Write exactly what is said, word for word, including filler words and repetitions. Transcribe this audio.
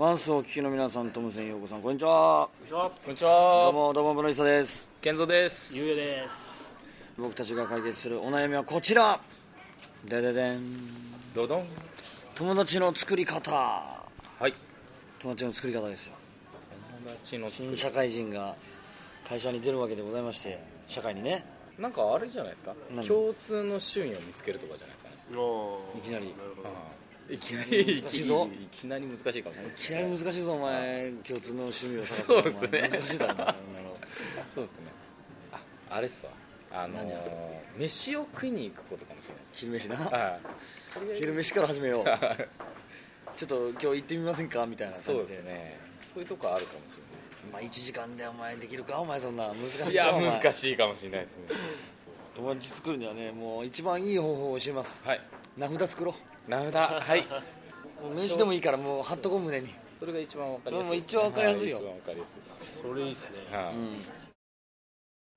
マンスをお聞きの皆さん、トムセンヨーコさん、こんにちは。 こんにちは。 こんにちは。 どうもどうも、ブロイサです。 健三です。 ゆうやです。 僕たちが解決するお悩みはこちら。でででん。 どどん。 友達の作り方。 はい。 友達の作り方ですよ。 友達の作り新社会人が会社に出るわけでございまして、社会にね。 なんかあれじゃないですか。共通の趣味を見つけるとかじゃないですかね。 いきなり。 いきなり難しいぞ。 いきなり難しいかもしれない。 いきなり難しいぞ、お前。共通の趣味を探すそうですね。 難しいだろうな。 そうですね。あ、あれっすわ。あのー、飯を食いに行くことかもしれないです。 昼飯な。 はい。 昼飯から始めよう。ちょっと今日行ってみませんかみたいな感じで。 そうですね。そういうとこあるかもしれないです。 まあいちじかんでお前できるかお前そんな難しいか。 いや難しいかもしれないですね。 友達作るにはね、もう一番いい方法を教えます。 はい。 名札作ろう。名札、はい。 名刺でもいいからもう貼っとこう胸に。 それが一番わかりやすい。 もう一番わかりやすいよ。 一番わかりやすい。 それいいっすね。 はい。 うん。